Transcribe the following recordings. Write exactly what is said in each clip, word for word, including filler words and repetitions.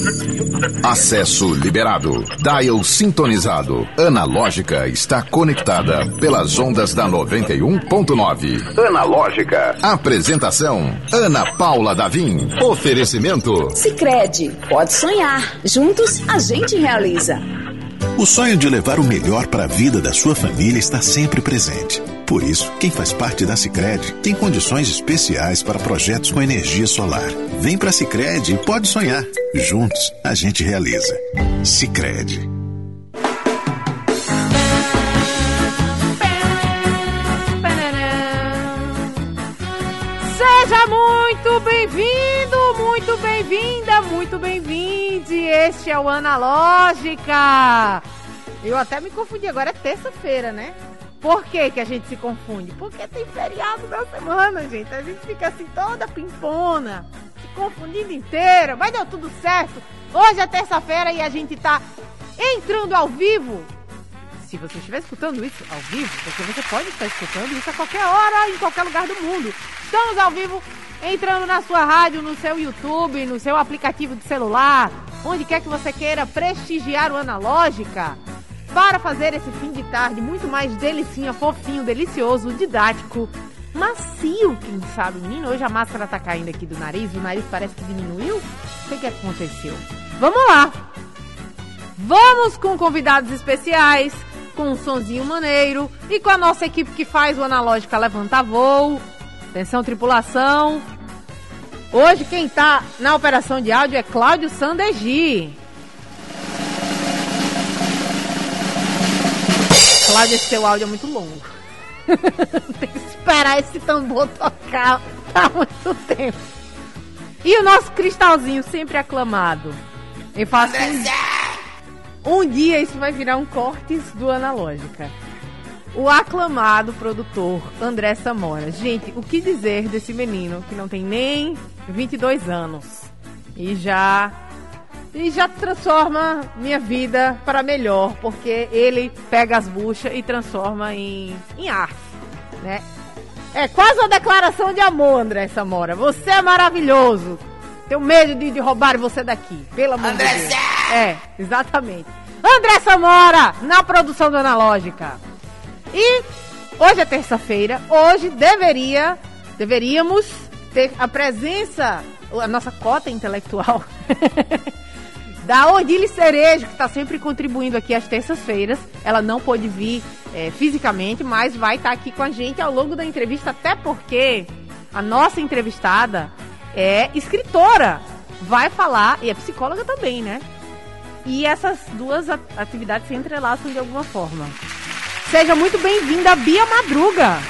Acesso liberado. Dial sintonizado. Analógica está conectada pelas ondas da noventa e um ponto nove. Analógica. Apresentação: Ana Paula Davim. Oferecimento: Sicredi. Pode sonhar. Juntos a gente realiza. O sonho de levar o melhor para a vida da sua família está sempre presente. Por isso, quem faz parte da Sicredi tem condições especiais para projetos com energia solar. Vem para a Sicredi e pode sonhar. Juntos, a gente realiza. Sicredi. Seja muito bem-vindo, muito bem-vinda, muito bem-vinde. Este é o Analógica. Eu até me confundi, agora é terça-feira, né? Por que que a gente se confunde? Porque tem feriado da semana, gente. A gente fica assim toda pimpona, se confundindo inteira. Mas deu tudo certo. Hoje é terça-feira e a gente tá entrando ao vivo. Se você estiver escutando isso ao vivo, porque você pode estar escutando isso a qualquer hora, em qualquer lugar do mundo. Estamos ao vivo, entrando na sua rádio, no seu YouTube, no seu aplicativo de celular, onde quer que você queira prestigiar o Analógica, para fazer esse fim de tarde muito mais delicinha, fofinho, delicioso, didático, macio, quem sabe, menino. Hoje a máscara tá caindo aqui do nariz, o nariz parece que diminuiu. O que que aconteceu? Vamos lá! Vamos com convidados especiais, com um sonzinho maneiro e com a nossa equipe que faz o Analógica levantar voo. Atenção, tripulação. Hoje quem tá na operação de áudio é Cláudio Sandegi. Cláudio, esse seu áudio é muito longo. Tem que esperar esse tambor tocar há muito tempo. E o nosso cristalzinho sempre aclamado. Eu faço um... um dia isso vai virar um cortes do Analógica. O aclamado produtor André Samora. Gente, o que dizer desse menino que não tem nem vinte e dois anos e já... E já transforma minha vida para melhor, porque ele pega as buchas e transforma em, em arte, né? É quase uma declaração de amor, André Samora. Você é maravilhoso. Tenho medo de, de roubar você daqui, pelo amor de Deus. É, exatamente. André Samora, na produção do Analógica. E hoje é terça-feira, hoje deveria, deveríamos ter a presença, a nossa cota intelectual... da Odile Cerejo, que está sempre contribuindo aqui às terças-feiras. Ela não pôde vir é, fisicamente, mas vai estar tá aqui com a gente ao longo da entrevista, até porque a nossa entrevistada é escritora, vai falar, e é psicóloga também, né? E essas duas atividades se entrelaçam de alguma forma. Seja muito bem-vinda, Bia Madruga.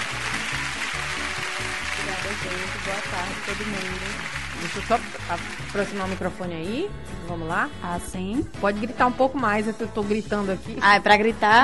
Obrigada, gente. Boa tarde a todo mundo. Deixa eu só aproximar o microfone aí. Vamos lá? Ah, sim. Pode gritar um pouco mais, eu tô gritando aqui. Ah, é pra gritar?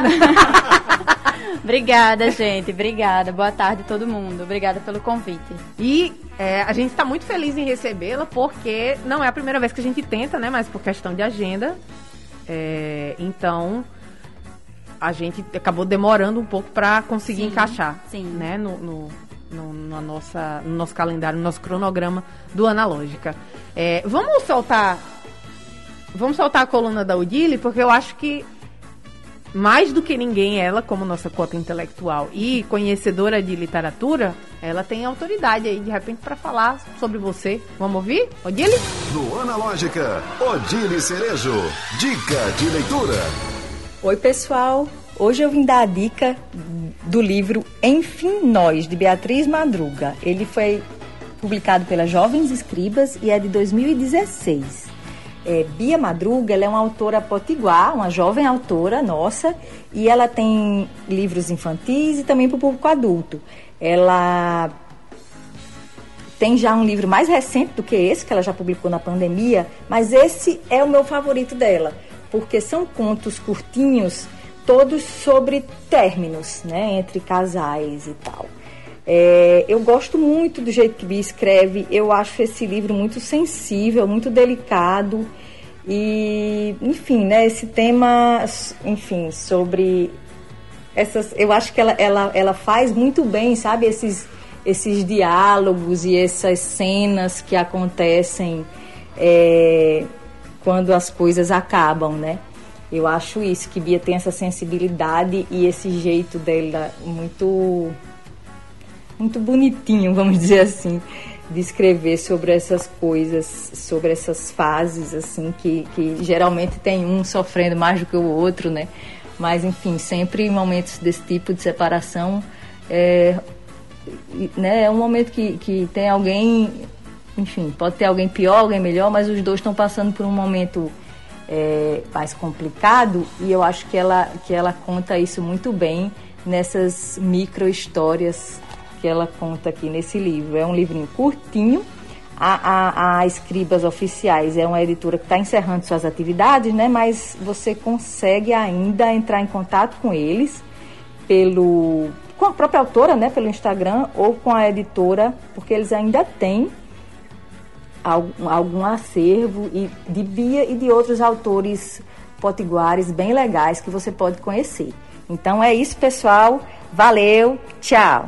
Obrigada, gente. Obrigada. Boa tarde a todo mundo. Obrigada pelo convite. E é, a gente está muito feliz em recebê-la, porque não é a primeira vez que a gente tenta, né? Mas por questão de agenda. É, então, a gente acabou demorando um pouco para conseguir sim, encaixar, sim. né? No... no No, na nossa, no nosso calendário, no nosso cronograma do Analógica. É, vamos soltar vamos soltar a coluna da Odile, porque eu acho que mais do que ninguém, ela, como nossa cota intelectual e conhecedora de literatura, ela tem autoridade aí, de repente, para falar sobre você. Vamos ouvir, Odile? No Analógica, Odile Cerejo, dica de leitura. Oi, pessoal. Hoje eu vim dar a dica do livro Enfim Nós, de Beatriz Madruga. Ele foi publicado pela Jovens Escribas e é de dois mil e dezesseis. É, Bia Madruga, ela é uma autora potiguar, uma jovem autora nossa, e ela tem livros infantis e também para o público adulto. Ela tem já um livro mais recente do que esse, que ela já publicou na pandemia, mas esse é o meu favorito dela, porque são contos curtinhos, todos sobre términos, né, entre casais e tal. É, eu gosto muito do jeito que Bia escreve, eu acho esse livro muito sensível, muito delicado e, enfim, né, esse tema, enfim, sobre essas, eu acho que ela, ela, ela faz muito bem, sabe, esses, esses diálogos e essas cenas que acontecem é, quando as coisas acabam, né? Eu acho isso, que Bia tem essa sensibilidade e esse jeito dela muito, muito bonitinho, vamos dizer assim, de escrever sobre essas coisas, sobre essas fases, assim, que, que geralmente tem um sofrendo mais do que o outro, né? Mas, enfim, sempre em momentos desse tipo de separação, é, né, é um momento que, que tem alguém, enfim, pode ter alguém pior, alguém melhor, mas os dois estão passando por um momento é, mais complicado, e eu acho que ela, que ela conta isso muito bem nessas micro-histórias que ela conta aqui nesse livro. É um livrinho curtinho. A, a, a Escribas Oficiais é uma editora que está encerrando suas atividades, né? Mas você consegue ainda entrar em contato com eles pelo, com a própria autora, né? Pelo Instagram, ou com a editora, porque eles ainda têm algum, algum acervo e de Bia e de outros autores potiguares bem legais que você pode conhecer. Então é isso, pessoal. Valeu, tchau!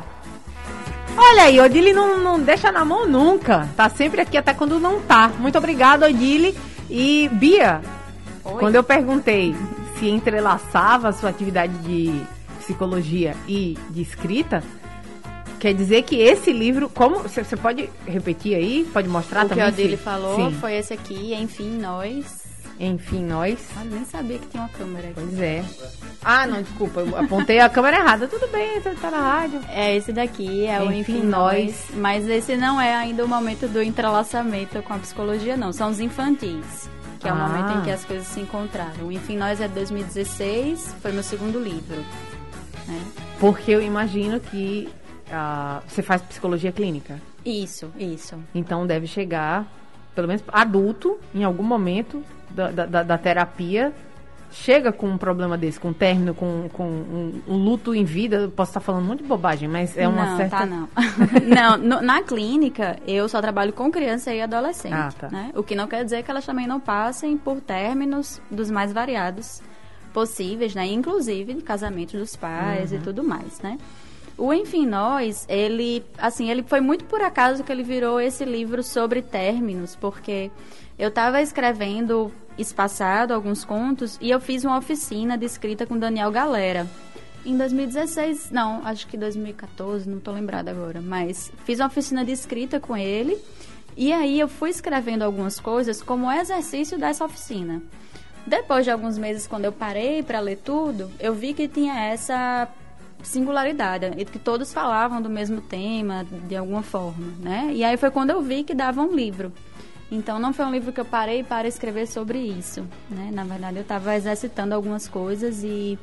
Olha aí, Odile não, não deixa na mão nunca. Tá sempre aqui até quando não tá. Muito obrigada, Odile. E Bia, Oi. Quando eu perguntei se entrelaçava a sua atividade de psicologia e de escrita, quer dizer que esse livro, como você pode repetir aí? Pode mostrar o também? O que a Odile sim. falou sim. foi esse aqui, Enfim Nós. Enfim, Nós. Ah, nem sabia que tinha uma câmera aqui. Pois é. Ah, não, desculpa, eu apontei a câmera errada. Tudo bem, você tá na rádio. É, esse daqui é Enfim, o Enfim Nós. Nós. Mas esse não é ainda o momento do entrelaçamento com a psicologia, não. São os infantis, que é o Ah. momento em que as coisas se encontraram. O Enfim Nós é de dois mil e dezesseis, foi meu segundo livro. Né? Porque eu imagino que uh, você faz psicologia clínica. Isso, isso. Então deve chegar, pelo menos adulto, em algum momento da, da, da terapia, chega com um problema desse, com um término, com, com um, um luto em vida. Eu posso estar falando muito de bobagem, mas é uma não, certa... Tá, não, não. No, na clínica, eu só trabalho com criança e adolescente. Ah, tá. Né? O que não quer dizer que elas também não passem por términos dos mais variados possíveis, né? Inclusive de casamentos dos pais uhum. e tudo mais, né? O Enfim Nós, ele, assim, ele foi muito por acaso que ele virou esse livro sobre términos, porque eu estava escrevendo espaçado alguns contos e eu fiz uma oficina de escrita com Daniel Galera. Em dois mil e dezesseis, não, acho que dois mil e quatorze, não estou lembrada agora, mas fiz uma oficina de escrita com ele e aí eu fui escrevendo algumas coisas como exercício dessa oficina. Depois de alguns meses, quando eu parei para ler tudo, eu vi que tinha essa singularidade, que todos falavam do mesmo tema, de alguma forma, né? E aí foi quando eu vi que dava um livro. Então, não foi um livro que eu parei para escrever sobre isso, né? Na verdade, eu estava exercitando algumas coisas e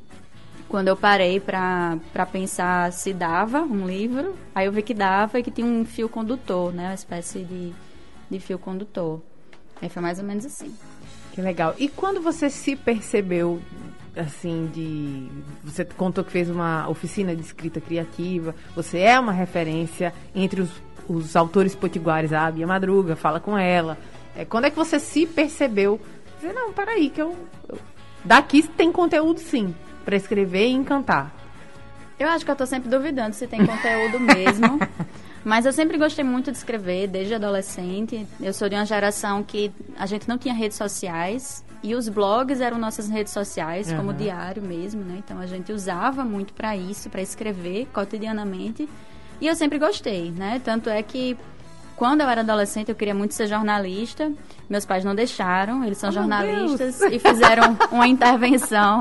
quando eu parei para para pensar se dava um livro, aí eu vi que dava e que tinha um fio condutor, né? Uma espécie de, de fio condutor. Aí foi mais ou menos assim. Que legal. E quando você se percebeu, assim, de... Você contou que fez uma oficina de escrita criativa, você é uma referência entre os, os autores potiguares, a Bia Madruga, fala com ela. É, quando é que você se percebeu? Dizer, não, peraí, que eu, eu... Daqui tem conteúdo, sim, para escrever e encantar. Eu acho que eu tô sempre duvidando se tem conteúdo mesmo. Mas eu sempre gostei muito de escrever, desde adolescente. Eu sou de uma geração que a gente não tinha redes sociais e os blogs eram nossas redes sociais, uhum. como diário mesmo, né? Então a gente usava muito para isso, para escrever cotidianamente. E eu sempre gostei, né? Tanto é que quando eu era adolescente eu queria muito ser jornalista. Meus pais não deixaram, eles são oh, jornalistas e fizeram uma intervenção.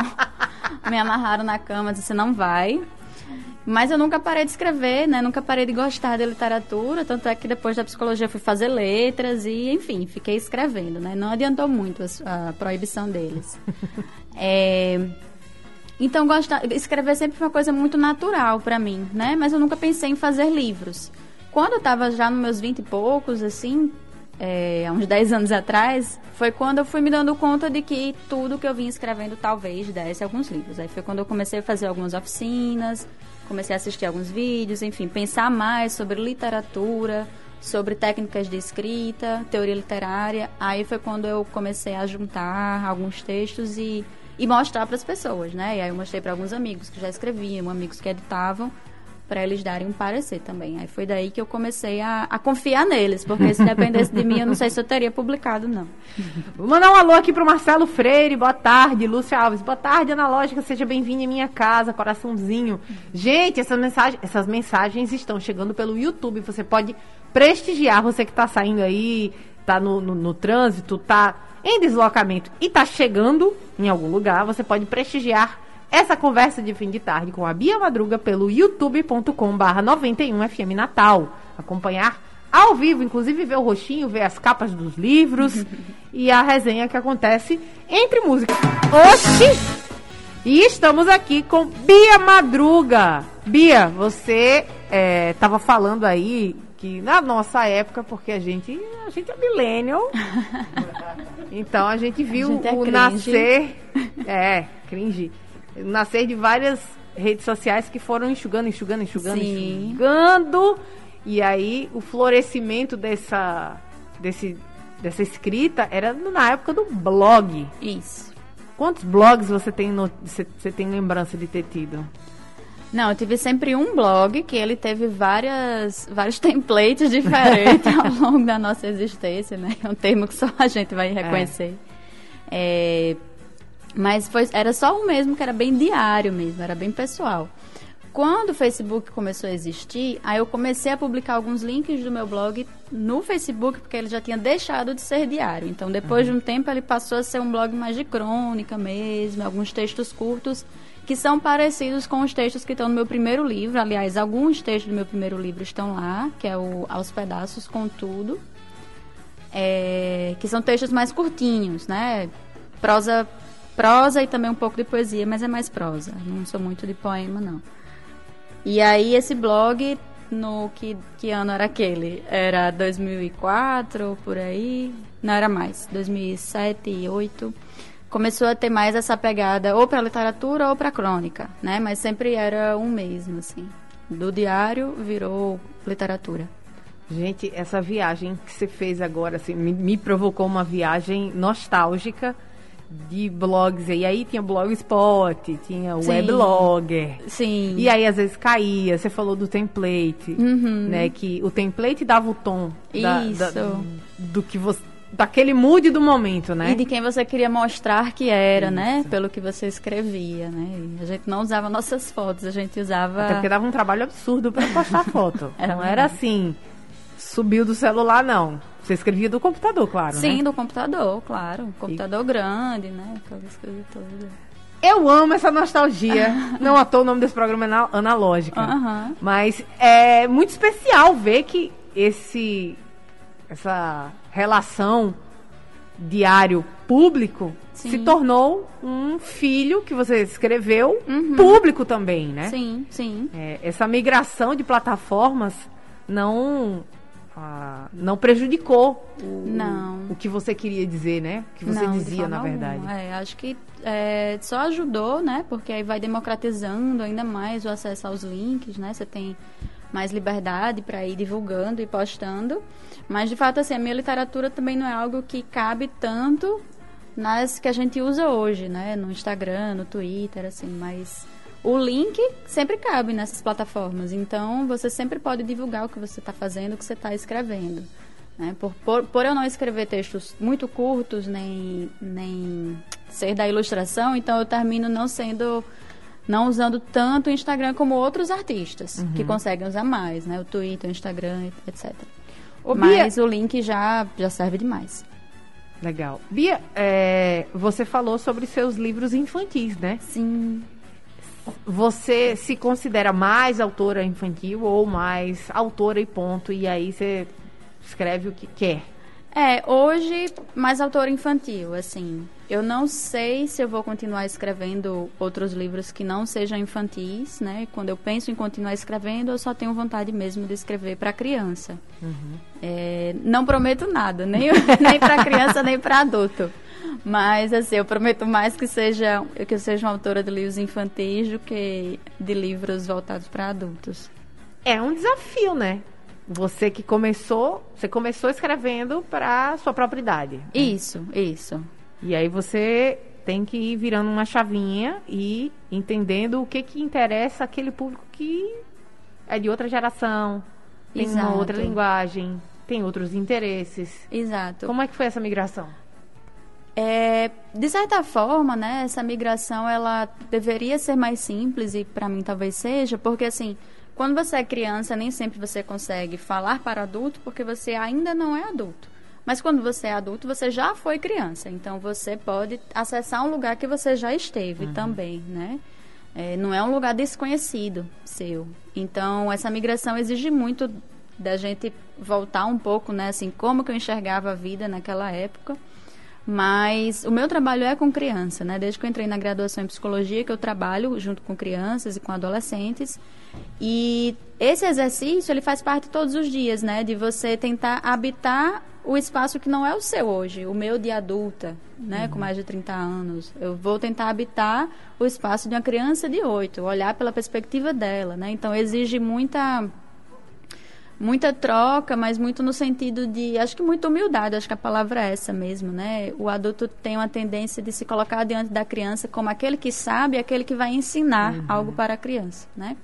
Me amarraram na cama e disseram, não vai. Mas eu nunca parei de escrever, né? Nunca parei de gostar de literatura, tanto é que depois da psicologia fui fazer letras e, enfim, fiquei escrevendo, né? Não adiantou muito a, a proibição deles. é, então, gostar, escrever sempre foi uma coisa muito natural para mim, né? Mas eu nunca pensei em fazer livros. Quando eu estava já nos meus vinte e poucos, assim, é, há uns dez anos atrás, foi quando eu fui me dando conta de que tudo que eu vinha escrevendo talvez desse alguns livros. Aí foi quando eu comecei a fazer algumas oficinas, comecei a assistir alguns vídeos, enfim, pensar mais sobre literatura, sobre técnicas de escrita, teoria literária. Aí foi quando eu comecei a juntar alguns textos e, e mostrar para as pessoas, né? E aí eu mostrei para alguns amigos que já escreviam, amigos que editavam, para eles darem um parecer também. Aí foi daí que eu comecei a, a confiar neles, porque se dependesse de mim, eu não sei se eu teria publicado, não. Vou mandar um alô aqui pro Marcelo Freire, boa tarde, Lúcia Alves, boa tarde, Analógica, seja bem-vinda em minha casa, coraçãozinho. Gente, essas mensagens, essas mensagens estão chegando pelo YouTube, você pode prestigiar, você que tá saindo aí, tá no, no, no trânsito, tá em deslocamento e tá chegando em algum lugar, você pode prestigiar essa conversa de fim de tarde com a Bia Madruga pelo youtube ponto com barra noventa e um F M Natal. Acompanhar ao vivo, inclusive ver o rostinho, ver as capas dos livros e a resenha que acontece entre músicas. Oxi! E estamos aqui com Bia Madruga. Bia, você estava é, falando aí que na nossa época, porque a gente, a gente é millennial, então a gente viu a gente é o cringe. nascer... É, cringe. Nascer de várias redes sociais que foram enxugando, enxugando, enxugando, Sim. enxugando. E aí o florescimento dessa, desse, dessa escrita era na época do blog. Isso. Quantos blogs você tem, no, você, você tem lembrança de ter tido? Não, eu tive sempre um blog que ele teve várias, vários templates diferentes ao longo da nossa existência, né? É um termo que só a gente vai reconhecer. É... é... Mas foi, era só o mesmo, que era bem diário mesmo, era bem pessoal. Quando o Facebook começou a existir, aí eu comecei a publicar alguns links do meu blog no Facebook, porque ele já tinha deixado de ser diário. Então, depois uhum. de um tempo, ele passou a ser um blog mais de crônica mesmo, alguns textos curtos, que são parecidos com os textos que estão no meu primeiro livro. Aliás, alguns textos do meu primeiro livro estão lá, que é o Aos Pedaços com Tudo, é, que são textos mais curtinhos, né? Prosa... Prosa e também um pouco de poesia, mas é mais prosa. Não sou muito de poema, não. E aí, esse blog, no que, que ano era aquele? Era dois mil e quatro, por aí? Não, era mais. dois mil e sete, dois mil e oito. Começou a ter mais essa pegada ou para literatura ou para crônica, né? Mas sempre era um mesmo, assim. Do diário virou literatura. Gente, essa viagem que você fez agora, assim, me, me provocou uma viagem nostálgica de blogs, e aí tinha Blogspot, tinha Sim. Weblogger. Sim. E aí às vezes caía, você falou do template, uhum. né, que o template dava o tom da, Isso. da, do que você, daquele mood do momento, né? E de quem você queria mostrar que era, Isso. né, pelo que você escrevia, né? E a gente não usava nossas fotos, a gente usava... Até porque dava um trabalho absurdo para postar foto. Era não era assim, subiu do celular, não. Você escrevia do computador, claro, Sim, né? do computador, claro. Computador e... grande, né? Aquelas coisas todas. Eu amo essa nostalgia. Não à toa o nome desse programa é Analógica. Uhum. Mas é muito especial ver que esse, essa relação diário-público Sim. se tornou um filho que você escreveu uhum. público também, né? Sim, sim. É, essa migração de plataformas não... Ah, não prejudicou o, não. O, o que você queria dizer, né? O que você não, dizia, na verdade. É, acho que é, só ajudou, né? Porque aí vai democratizando ainda mais o acesso aos links, né? Você tem mais liberdade para ir divulgando e postando. Mas, de fato, assim, a minha literatura também não é algo que cabe tanto nas que a gente usa hoje, né? No Instagram, no Twitter, assim, mas... O link sempre cabe nessas plataformas, então você sempre pode divulgar o que você está fazendo, o que você está escrevendo. Né? Por, por, por eu não escrever textos muito curtos, nem, nem ser da ilustração, então eu termino não sendo, não usando tanto o Instagram como outros artistas, uhum. que conseguem usar mais, né? O Twitter, o Instagram, etcétera. Ô, Mas Bia... o link já, já serve demais. Legal. Bia, é, você falou sobre seus livros infantis, né? Sim. Você se considera mais autora infantil ou mais autora e ponto, e aí você escreve o que quer? É, hoje mais autora infantil, assim. Eu não sei se eu vou continuar escrevendo outros livros que não sejam infantis, né? Quando eu penso em continuar escrevendo, eu só tenho vontade mesmo de escrever para criança. Uhum. É, não prometo nada, nem, nem para criança, nem para adulto. Mas, assim, eu prometo mais que, seja, que eu seja uma autora de livros infantis do que de livros voltados para adultos. É um desafio, né? Você que começou, você começou escrevendo para sua própria idade. Né? Isso, isso. E aí você tem que ir virando uma chavinha e entendendo o que que interessa àquele público que é de outra geração, tem Exato. uma outra linguagem, tem outros interesses. Exato. Como é que foi essa migração? É, de certa forma, né, essa migração, ela deveria ser mais simples, e para mim talvez seja, porque assim, quando você é criança, nem sempre você consegue falar para adulto, porque você ainda não é adulto. Mas quando você é adulto, você já foi criança, então você pode acessar um lugar que você já esteve uhum. também, né? É, não é um lugar desconhecido seu. Então, essa migração exige muito da gente voltar um pouco, né, assim, como que eu enxergava a vida naquela época. Mas o meu trabalho é com criança, né? Desde que eu entrei na graduação em psicologia, que eu trabalho junto com crianças e com adolescentes. E esse exercício, ele faz parte todos os dias, né? De você tentar habitar o espaço que não é o seu hoje, o meu de adulta, né? Uhum. Com mais de trinta anos. Eu vou tentar habitar o espaço de uma criança de oito, olhar pela perspectiva dela, né? Então, exige muita... muita troca, mas muito no sentido de, acho que muita humildade, acho que a palavra é essa mesmo, né? O adulto tem uma tendência de se colocar diante da criança como aquele que sabe, aquele que vai ensinar uhum. algo para a criança, né?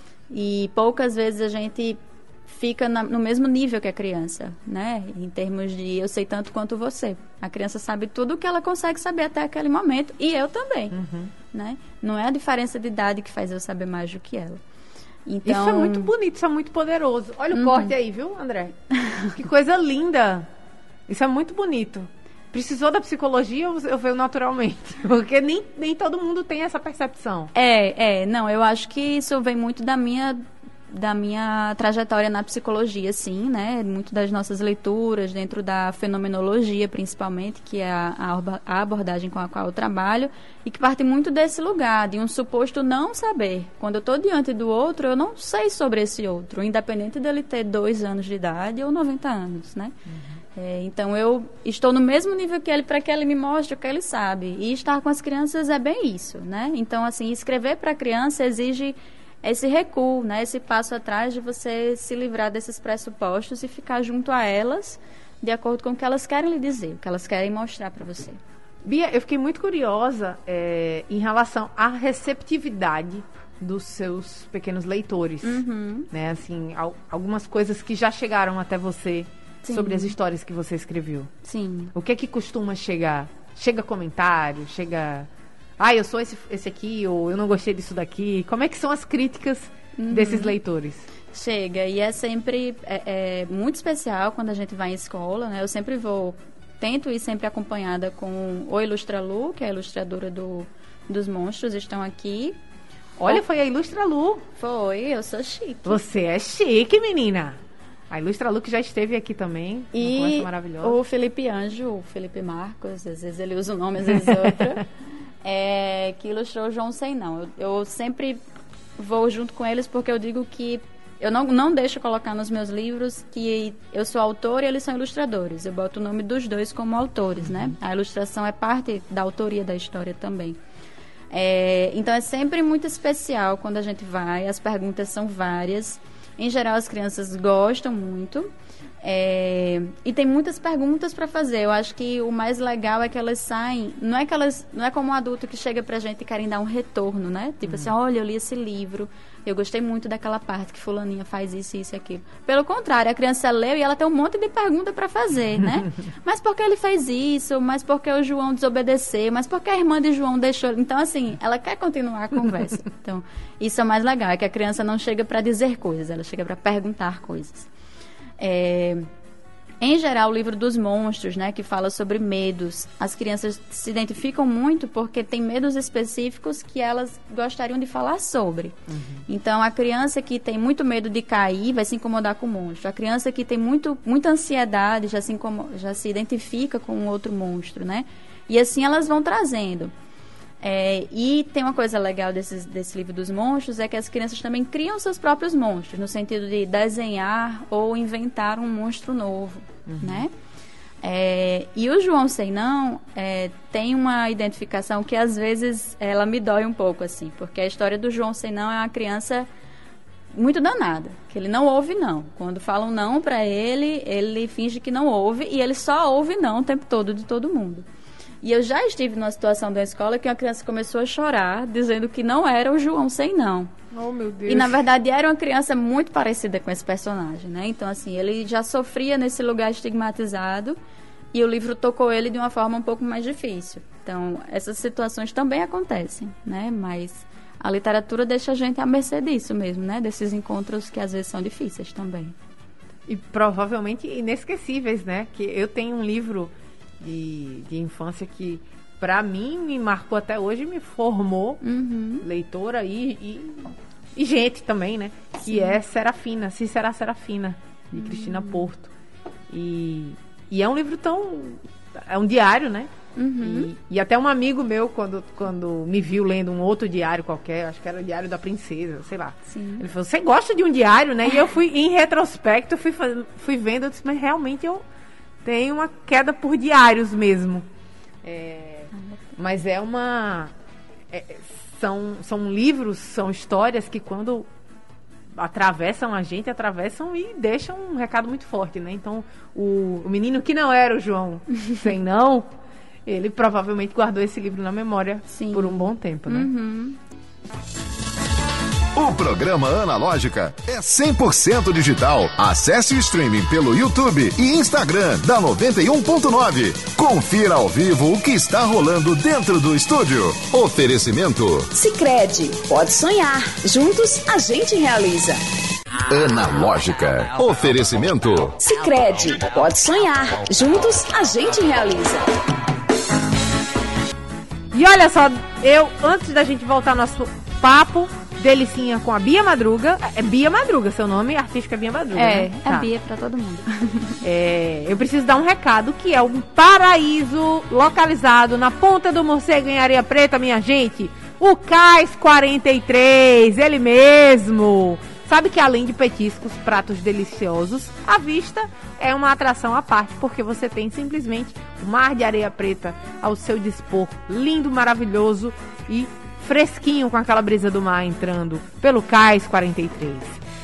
E poucas vezes a gente fica na, no mesmo nível que a criança, né? Em termos de eu sei tanto quanto você. A criança sabe tudo o que ela consegue saber até aquele momento, e eu também, uhum. né? Não é a diferença de idade que faz eu saber mais do que ela. Então... Isso é muito bonito, isso é muito poderoso. Olha o uhum. corte aí, viu, André? Que coisa linda. Isso é muito bonito. Precisou da psicologia ou eu veio naturalmente? Porque nem, nem todo mundo tem essa percepção. É, é. Não, eu acho que isso vem muito da minha, da minha trajetória na psicologia, sim, né? Muito das nossas leituras, dentro da fenomenologia, principalmente, que é a, a abordagem com a qual eu trabalho, e que parte muito desse lugar, de um suposto não saber. Quando eu estou diante do outro, eu não sei sobre esse outro, independente dele ter dois anos de idade ou noventa anos, né? Uhum. É, então, eu estou no mesmo nível que ele para que ele me mostre o que ele sabe. E estar com as crianças é bem isso, né? Então, assim, escrever para a criança exige esse recuo, né? Esse passo atrás de você se livrar desses pressupostos e ficar junto a elas, de acordo com o que elas querem lhe dizer, o que elas querem mostrar para você. Bia, eu fiquei muito curiosa é, em relação à receptividade dos seus pequenos leitores, uhum. né? Assim, al- algumas coisas que já chegaram até você. Sim. Sobre as histórias que você escreveu. Sim. O que é que costuma chegar? Chega comentário, chega... Ah, eu sou esse, esse aqui, ou eu não gostei disso daqui. Como é que são as críticas uhum. desses leitores? Chega, e é sempre é, é muito especial quando a gente vai em escola, né? Eu sempre vou, tento ir sempre acompanhada com o Ilustra Lu, que é a ilustradora do, dos monstros, estão aqui. Olha, oh, foi a Ilustra Lu. Foi, eu sou chique. Você é chique, menina. A Ilustra Lu que já esteve aqui também. E uma conversa maravilhosa. O Felipe Anjo, o Felipe Marcos, às vezes ele usa um nome, às vezes outro, é, que ilustrou o João Sem Não. Eu, eu sempre vou junto com eles porque eu digo que eu não, não deixo colocar nos meus livros que eu sou autora e eles são ilustradores. Eu boto o nome dos dois como autores, né? A ilustração é parte da autoria da história também. É, então é sempre muito especial quando a gente vai, as perguntas são várias. Em geral, as crianças gostam muito. É, e tem muitas perguntas para fazer. Eu acho que o mais legal é que elas saem... Não é, que elas, não é como um adulto que chega pra gente e querem dar um retorno, né? Tipo uhum. assim, olha, eu li esse livro, eu gostei muito daquela parte que fulaninha faz isso, isso e aquilo. Pelo contrário, a criança leu e ela tem um monte de pergunta para fazer, né? Mas por que ele fez isso? Mas por que o João desobedeceu? Mas por que a irmã de João deixou... Então, assim, ela quer continuar a conversa. Então, isso é o mais legal, é que a criança não chega para dizer coisas, ela chega para perguntar coisas. É, em geral, o livro dos monstros, né, que fala sobre medos, as crianças se identificam muito porque tem medos específicos que elas gostariam de falar sobre. Uhum. Então, a criança que tem muito medo de cair vai se incomodar com o monstro. A criança que tem muito, muita ansiedade já se, incomoda, já se identifica com um outro monstro, né? E assim elas vão trazendo. É, e tem uma coisa legal desses, desse livro dos monstros, é que as crianças também criam seus próprios monstros, no sentido de desenhar ou inventar um monstro novo, uhum. né? É, e o João Sei Não é, tem uma identificação que às vezes ela me dói um pouco, assim, porque a história do João Sei Não é uma criança muito danada, que ele não ouve não. Quando falam não pra ele, ele finge que não ouve e ele só ouve não o tempo todo de todo mundo. E eu já estive numa situação da escola que uma criança começou a chorar, dizendo que não era o João sem não. Oh, meu Deus. E, na verdade, era uma criança muito parecida com esse personagem, né? Então, assim, ele já sofria nesse lugar estigmatizado e o livro tocou ele de uma forma um pouco mais difícil. Então, essas situações também acontecem, né? Mas a literatura deixa a gente à mercê disso mesmo, né? Desses encontros que às vezes são difíceis também. E provavelmente inesquecíveis, né? Que eu tenho um livro de, de infância que, pra mim, me marcou até hoje, me formou Uhum. leitora e, e, e gente também, né? Que Sim. é Serafina, Se Será Serafina, de Uhum. Cristina Porto. E, e é um livro tão... É um diário, né? Uhum. E, e até um amigo meu, quando, quando me viu lendo um outro diário qualquer, acho que era o Diário da Princesa, sei lá. Sim. Ele falou, você gosta de um diário, né? E eu fui, em retrospecto, fui, faz- fui vendo, eu disse, mas realmente eu tenho uma queda por diários mesmo. É, mas é uma... é, são, são livros, são histórias que quando atravessam a gente, atravessam e deixam um recado muito forte, né? Então, o, o menino que não era o João sem não, ele provavelmente guardou esse livro na memória Sim. por um bom tempo, né? Uhum. O programa Analógica é cem por cento digital. Acesse o streaming pelo YouTube e Instagram da noventa e um ponto nove. Confira ao vivo o que está rolando dentro do estúdio. Oferecimento Sicredi, pode sonhar. Juntos a gente realiza. Analógica. Oferecimento Sicredi, pode sonhar. Juntos a gente realiza. E olha só, eu, antes da gente voltar ao nosso papo, delicinha com a Bia Madruga. É Bia Madruga, seu nome artístico é Bia Madruga, É, né? é Tá. Bia pra todo mundo. É, eu preciso dar um recado, que é um paraíso localizado na Ponta do Morcego, em Areia Preta, minha gente. O Cais quarenta e três, ele mesmo. Sabe que além de petiscos, pratos deliciosos, a vista é uma atração à parte, porque você tem simplesmente o mar de areia preta ao seu dispor, lindo, maravilhoso e fresquinho, com aquela brisa do mar entrando pelo Cais quarenta e três.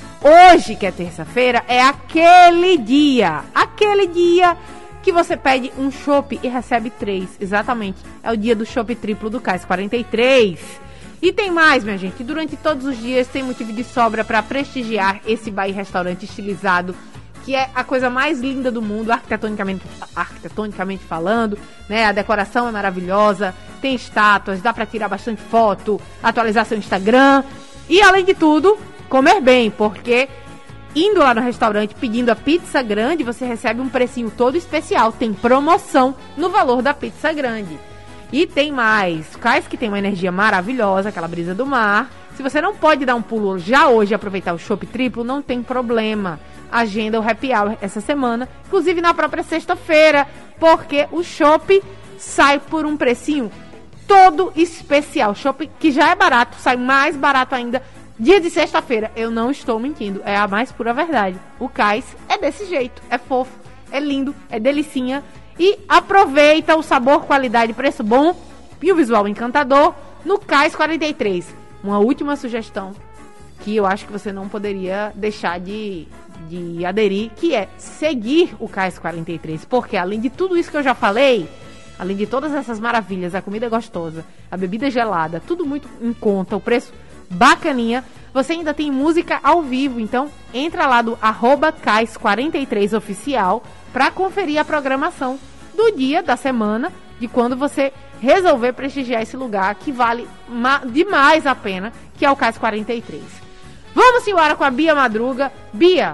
Hoje, que é terça-feira, é aquele dia, aquele dia que você pede um chopp e recebe três, exatamente. É o dia do chopp triplo do Cais quarenta e três. E tem mais, minha gente, durante todos os dias tem motivo de sobra para prestigiar esse bar e restaurante estilizado, que é a coisa mais linda do mundo, arquitetonicamente, arquitetonicamente falando, né? A decoração é maravilhosa, tem estátuas, dá para tirar bastante foto, atualizar seu Instagram e, além de tudo, comer bem, porque indo lá no restaurante pedindo a pizza grande, você recebe um precinho todo especial, tem promoção no valor da pizza grande. E tem mais, Cais que tem uma energia maravilhosa, aquela brisa do mar. Se você não pode dar um pulo já hoje e aproveitar o chopp triplo, não tem problema. Agenda o happy hour essa semana, inclusive na própria sexta-feira, porque o chopp sai por um precinho todo especial. Chopp que já é barato, sai mais barato ainda dia de sexta-feira. Eu não estou mentindo, é a mais pura verdade. O Cais é desse jeito, é fofo, é lindo, é delicinha. E aproveita o sabor, qualidade, preço bom e o visual encantador no Cais quarenta e três. Uma última sugestão que eu acho que você não poderia deixar de, de aderir, que é seguir o Cais quarenta e três. Porque além de tudo isso que eu já falei, além de todas essas maravilhas, a comida gostosa, a bebida gelada, tudo muito em conta, o preço bacaninha, você ainda tem música ao vivo. Então entra lá do arroba Cais quarenta e três oficial para conferir a programação do dia, da semana, de quando você resolver prestigiar esse lugar que vale demais a pena, que é o Cais quarenta e três. Vamos embora com a Bia Madruga. Bia,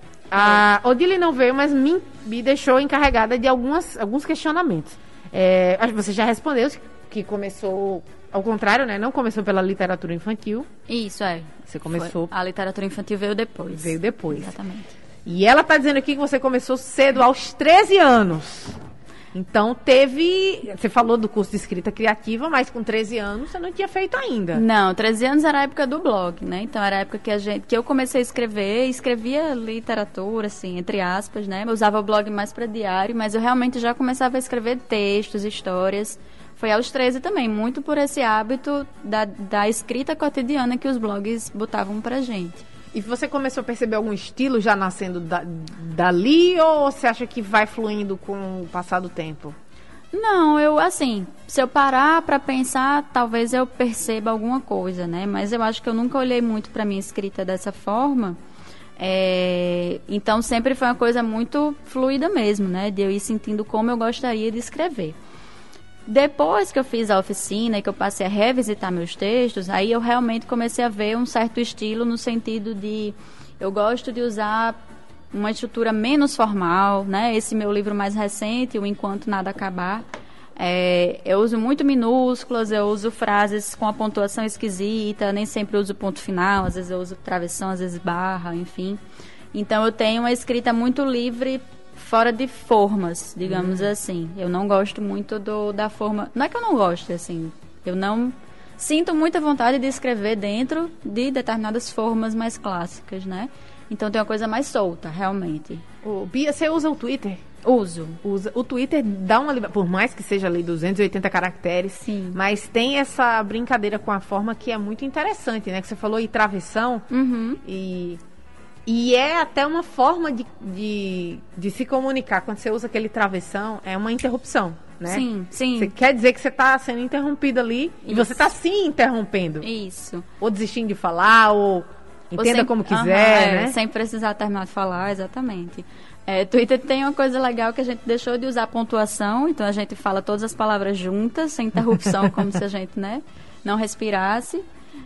a Odile não veio, mas me, me deixou encarregada de algumas, alguns questionamentos. É, você já respondeu que começou ao contrário, né? Não começou pela literatura infantil. Isso, é. Você começou... Foi. A literatura infantil veio depois. Veio depois. Exatamente. E ela tá dizendo aqui que você começou cedo, aos treze anos. Então teve... Você falou do curso de escrita criativa, mas com treze anos você não tinha feito ainda. Não, treze anos era a época do blog, né? Então era a época que, a gente, que eu comecei a escrever, escrevia literatura, assim, entre aspas, né? Eu usava o blog mais para diário, mas eu realmente já começava a escrever textos, histórias. Foi aos treze também, muito por esse hábito da, da escrita cotidiana que os blogs botavam pra gente. E você começou a perceber algum estilo já nascendo da, dali, ou você acha que vai fluindo com o passar do tempo? Não, eu, assim, se eu parar para pensar, talvez eu perceba alguma coisa, né? Mas eu acho que eu nunca olhei muito para minha escrita dessa forma. É, então, sempre foi uma coisa muito fluida mesmo, né? De eu ir sentindo como eu gostaria de escrever. Depois que eu fiz a oficina e que eu passei a revisitar meus textos, aí eu realmente comecei a ver um certo estilo no sentido de... Eu gosto de usar uma estrutura menos formal, né? Esse meu livro mais recente, o Enquanto Nada Acabar, é, eu uso muito minúsculas, eu uso frases com a pontuação esquisita, nem sempre uso ponto final, às vezes eu uso travessão, às vezes barra, enfim. Então eu tenho uma escrita muito livre, fora de formas, digamos hum. assim. Eu não gosto muito do, da forma... Não é que eu não gosto, assim, eu não... Sinto muita vontade de escrever dentro de determinadas formas mais clássicas, né? Então tem uma coisa mais solta, realmente. Ô, Bia, você usa o Twitter? Uso. Usa. O Twitter dá uma... Por mais que seja ali duzentos e oitenta caracteres, sim, mas tem essa brincadeira com a forma que é muito interessante, né? Que você falou em travessão. Uhum. E... E é até uma forma de, de, de se comunicar. Quando você usa aquele travessão, é uma interrupção, né? Sim, sim. Você quer dizer que você está sendo interrompido ali. Isso. E você está se interrompendo. Isso. Ou desistindo de falar, ou entenda ou sem, como quiser, uh-huh, né? É, sem precisar terminar de falar, exatamente. É, Twitter tem uma coisa legal que a gente deixou de usar pontuação. Então a gente fala todas as palavras juntas, sem interrupção, como se a gente, né, não respirasse.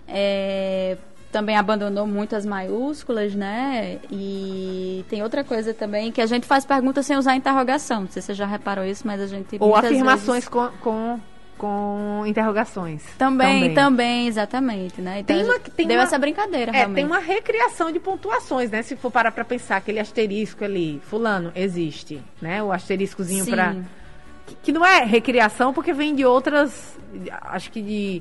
É... Também abandonou muitas maiúsculas, né? E tem outra coisa também, que a gente faz perguntas sem usar interrogação. Não sei se você já reparou isso, mas a gente... Ou afirmações vezes... com, com, com interrogações. Também, também, também, exatamente, né? Então, tem uma, tem deu uma, essa brincadeira, é, realmente. Tem uma recriação de pontuações, né? Se for parar pra pensar, aquele asterisco ali, fulano, existe, né? O asteriscozinho Sim. pra... Que, que não é recriação, porque vem de outras... Acho que de...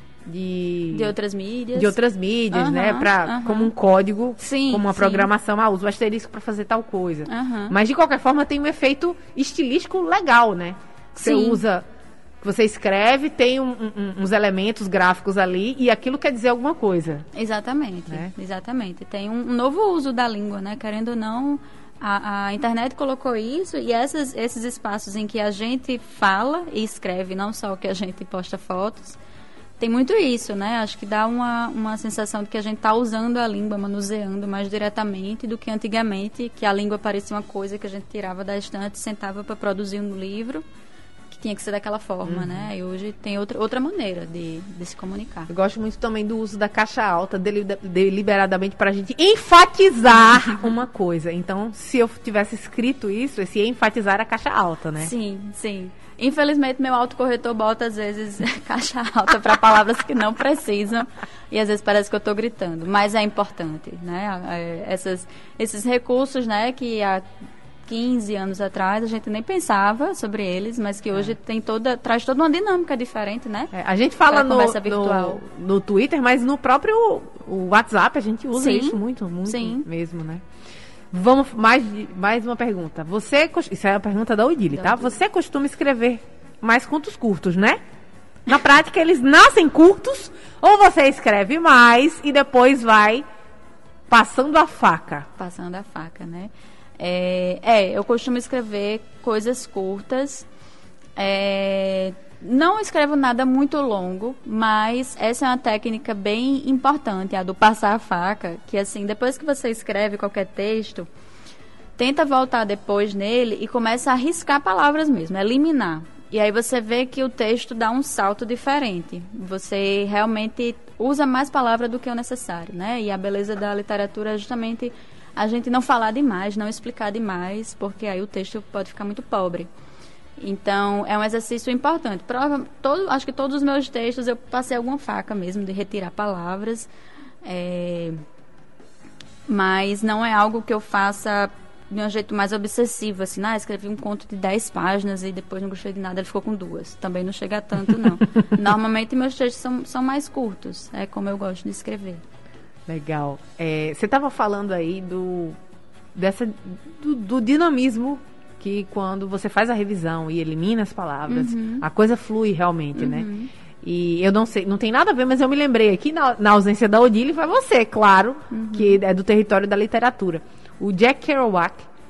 De, de outras mídias. De outras mídias, uhum, né? Pra, uhum. Como um código, sim, como uma sim. programação. Ah, usa o asterisco para fazer tal coisa. Uhum. Mas, de qualquer forma, tem um efeito estilístico legal, né? Você sim. usa... Você escreve, tem um, um, uns elementos gráficos ali e aquilo quer dizer alguma coisa. Exatamente, né? Exatamente. Tem um, um novo uso da língua, né? Querendo ou não, a, a internet colocou isso e essas, esses espaços em que a gente fala e escreve, não só o que a gente posta fotos... Tem muito isso, né? Acho que dá uma, uma sensação de que a gente está usando a língua, manuseando mais diretamente do que antigamente, que a língua parecia uma coisa que a gente tirava da estante e sentava para produzir um livro, que tinha que ser daquela forma, uhum. né? E hoje tem outra, outra maneira de, de se comunicar. Eu gosto muito também do uso da caixa alta, deliberadamente, para a gente enfatizar uma coisa. Então, se eu tivesse escrito isso, esse enfatizar a caixa alta, né? Sim, sim. Infelizmente, meu autocorretor bota, às vezes, caixa alta para palavras que não precisam. E, às vezes, parece que eu estou gritando. Mas é importante, né? Essas, esses recursos, né, que há quinze anos atrás a gente nem pensava sobre eles, mas que hoje é. tem toda, traz toda uma dinâmica diferente, né? É, a gente fala no, no, no Twitter, mas no próprio o WhatsApp a gente usa Sim. isso muito, muito Sim. mesmo, né? Vamos, mais, mais uma pergunta. Você, isso é a pergunta da Odile, tá? Você costuma escrever mais contos curtos, né? Na prática, eles nascem curtos, ou você escreve mais e depois vai passando a faca? Passando a faca, né? É, é eu costumo escrever coisas curtas. É... Não escrevo nada muito longo, mas essa é uma técnica bem importante, a do passar a faca, que assim, depois que você escreve qualquer texto, tenta voltar depois nele e começa a riscar palavras mesmo, eliminar. E aí você vê que o texto dá um salto diferente. Você realmente usa mais palavras do que o necessário, né? E a beleza da literatura é justamente a gente não falar demais, não explicar demais, porque aí o texto pode ficar muito pobre. Então, é um exercício importante. Prova, todo, acho que todos os meus textos eu passei alguma faca mesmo, de retirar palavras. É, mas não é algo que eu faça de um jeito mais obsessivo, assim, ah, escrevi um conto de dez páginas e depois não gostei de nada, ele ficou com duas. Também não chega a tanto, não. Normalmente, meus textos são, são mais curtos. É como eu gosto de escrever. Legal. É, você estava falando aí do, dessa, do, do dinamismo que quando você faz a revisão e elimina as palavras, uhum. a coisa flui realmente, uhum. né? E eu não sei, não tem nada a ver, mas eu me lembrei aqui, na, na ausência da Odile, foi você, claro, uhum. que é do território da literatura. O Jack Kerouac,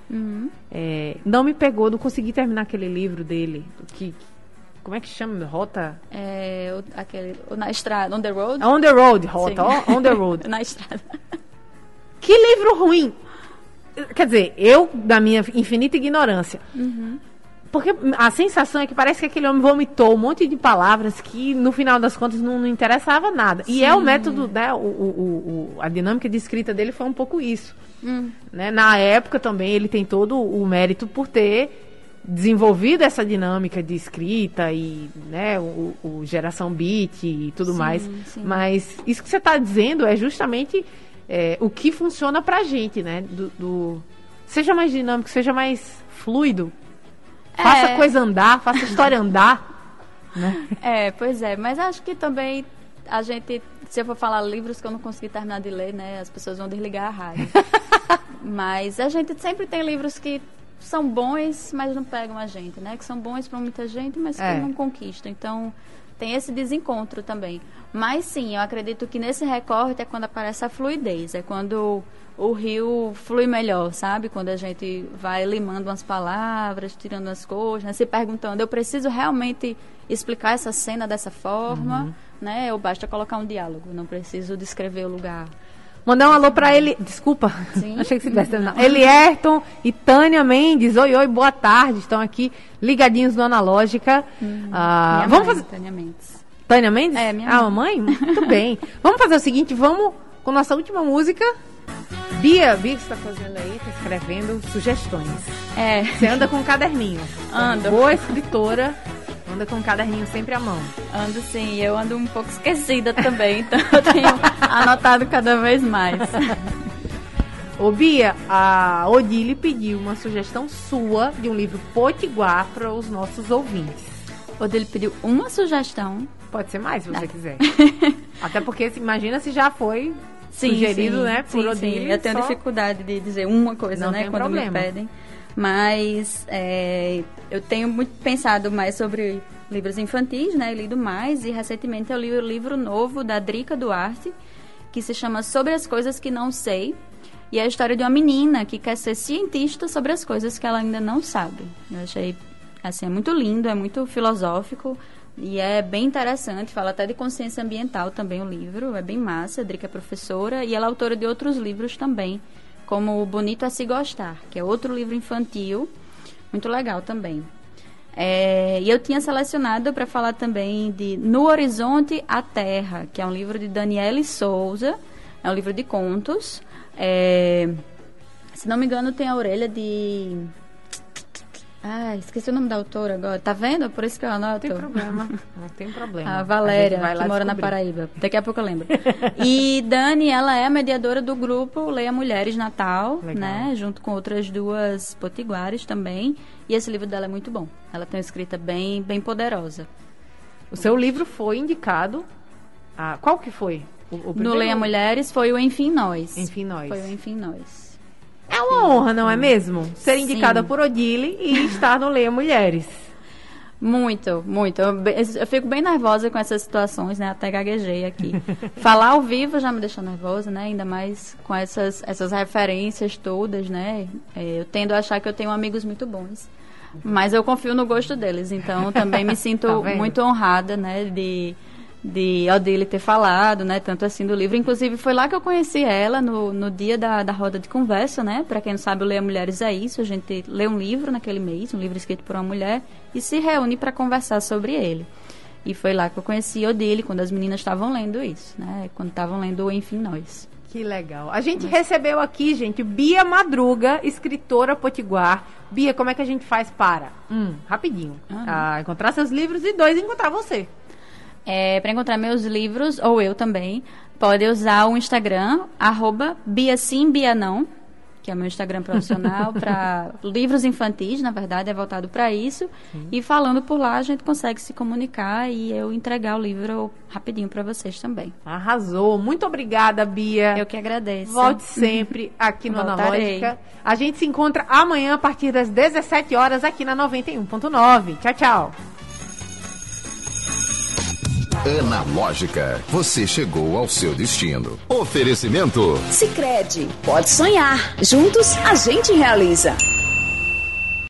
Uhum. É, não me pegou, não consegui terminar aquele livro dele. Que, como é que chama? Rota? É, o, aquele, o na estrada, On the Road? On the Road, Rota, ó, On the Road. Na estrada. Que livro ruim! Quer dizer, eu, da minha infinita ignorância... Uhum. Porque a sensação é que parece que aquele homem vomitou um monte de palavras que, no final das contas, não, não interessava nada. Sim. E é o método, né, o, o, o, a dinâmica de escrita dele foi um pouco isso. Hum. Né? Na época também ele tem todo o mérito por ter desenvolvido essa dinâmica de escrita e, né, o, o geração beat e tudo sim, mais. Sim. Mas isso que você está dizendo é justamente é, o que funciona pra gente, né? Do, do, seja mais dinâmico, seja mais fluido. Faça é. coisa andar, faça história andar. Né? É, pois é. Mas acho que também a gente, se eu for falar livros que eu não consegui terminar de ler, né, as pessoas vão desligar a rádio. Mas a gente sempre tem livros que são bons, mas não pegam a gente, né? Que são bons para muita gente, mas que é. não conquistam. Então, tem esse desencontro também. Mas sim, eu acredito que nesse recorte é quando aparece a fluidez. É quando o rio flui melhor, sabe? Quando a gente vai limando umas palavras, tirando as coisas, né? Se perguntando, eu preciso realmente explicar essa cena dessa forma, uhum. né? Ou basta colocar um diálogo, não preciso descrever o lugar. Mandar um alô pra ele, desculpa, sim? Achei que você tivesse terminado. Elierton e Tânia Mendes, oi, oi, boa tarde, estão aqui ligadinhos no Analógica. Hum, ah, minha vamos mãe, fazer... Tânia Mendes. Tânia Mendes? É, minha ah, mãe. mãe? Muito bem. Vamos fazer o seguinte, vamos com nossa última música. Bia, Bia que você está fazendo aí, está escrevendo sugestões. É. Você anda com um caderninho. Ando. Boa escritora, anda com um caderninho sempre à mão. Ando sim, eu ando um pouco esquecida também, então eu tenho anotado cada vez mais. Ô Bia, a Odile pediu uma sugestão sua de um livro potiguar para os nossos ouvintes. Odile pediu uma sugestão. Pode ser mais, se você Não. quiser. Até porque, imagina se já foi... Sim, sugerido, sim, né, por sim, Odile. sim. Eu tenho só... dificuldade de dizer uma coisa, não né, tem quando problema. me pedem. Mas é, eu tenho muito pensado mais sobre livros infantis, né, lido mais, e recentemente eu li o livro novo da Drica Duarte, que se chama Sobre as Coisas que Não Sei, e é a história de uma menina que quer ser cientista sobre as coisas que ela ainda não sabe. Eu achei, assim, é muito lindo, é muito filosófico, e é bem interessante, fala até de consciência ambiental também o livro, é bem massa. A Drica é professora e ela é autora de outros livros também, como O Bonito a Se Gostar, que é outro livro infantil, muito legal também. É, e eu tinha selecionado para falar também de No Horizonte a Terra, que é um livro de Daniele Souza, é um livro de contos. É, se não me engano tem a orelha de... Ah, esqueci o nome da autora agora. Tá vendo? Por isso que eu anoto. Não tem problema. Não tem problema. A Valéria, a que mora descobrir. na Paraíba. Daqui a pouco eu lembro. E Dani, ela é a mediadora do grupo Leia Mulheres Natal, legal. Né? Junto com outras duas potiguares também. E esse livro dela é muito bom. Ela tem uma escrita bem, bem poderosa. O seu livro foi indicado... A... Qual que foi? O, o no Leia Mulheres foi o Enfim Nós. Enfim Nós. Foi o Enfim Nós. É uma honra, não é mesmo? Ser indicada Sim. por Odile e estar no Leia Mulheres. Muito, muito. Eu, eu fico bem nervosa com essas situações, né? Até gaguejei aqui. Falar ao vivo já me deixa nervosa, né? Ainda mais com essas, essas referências todas, né? É, eu tendo a achar que eu tenho amigos muito bons. Mas eu confio no gosto deles. Então, também me sinto tá muito honrada, né? De... de Odile ter falado, né, tanto assim do livro. Inclusive, foi lá que eu conheci ela, no, no dia da, da roda de conversa, né, para quem não sabe, o Leia Mulheres é isso, a gente lê um livro naquele mês, um livro escrito por uma mulher, e se reúne para conversar sobre ele. E foi lá que eu conheci Odile, quando as meninas estavam lendo isso, né, quando estavam lendo o Enfim Nós. Que legal. A gente Mas... recebeu aqui, gente, Bia Madruga, escritora potiguar. Bia, como é que a gente faz para, um, rapidinho, uhum. ah, encontrar seus livros e dois, encontrar você? É, para encontrar meus livros, ou eu também, pode usar o Instagram, arroba Bia Sim, Bia Não, que é o meu Instagram profissional para livros infantis, na verdade, é voltado para isso. Sim. E falando por lá, a gente consegue se comunicar e eu entregar o livro rapidinho para vocês também. Arrasou. Muito obrigada, Bia. Eu que agradeço. Volte sempre aqui no Analógica. A gente se encontra amanhã a partir das dezessete horas aqui na noventa e um ponto nove. Tchau, tchau. Analógica, você chegou ao seu destino. Oferecimento Sicredi, pode sonhar. Juntos a gente realiza.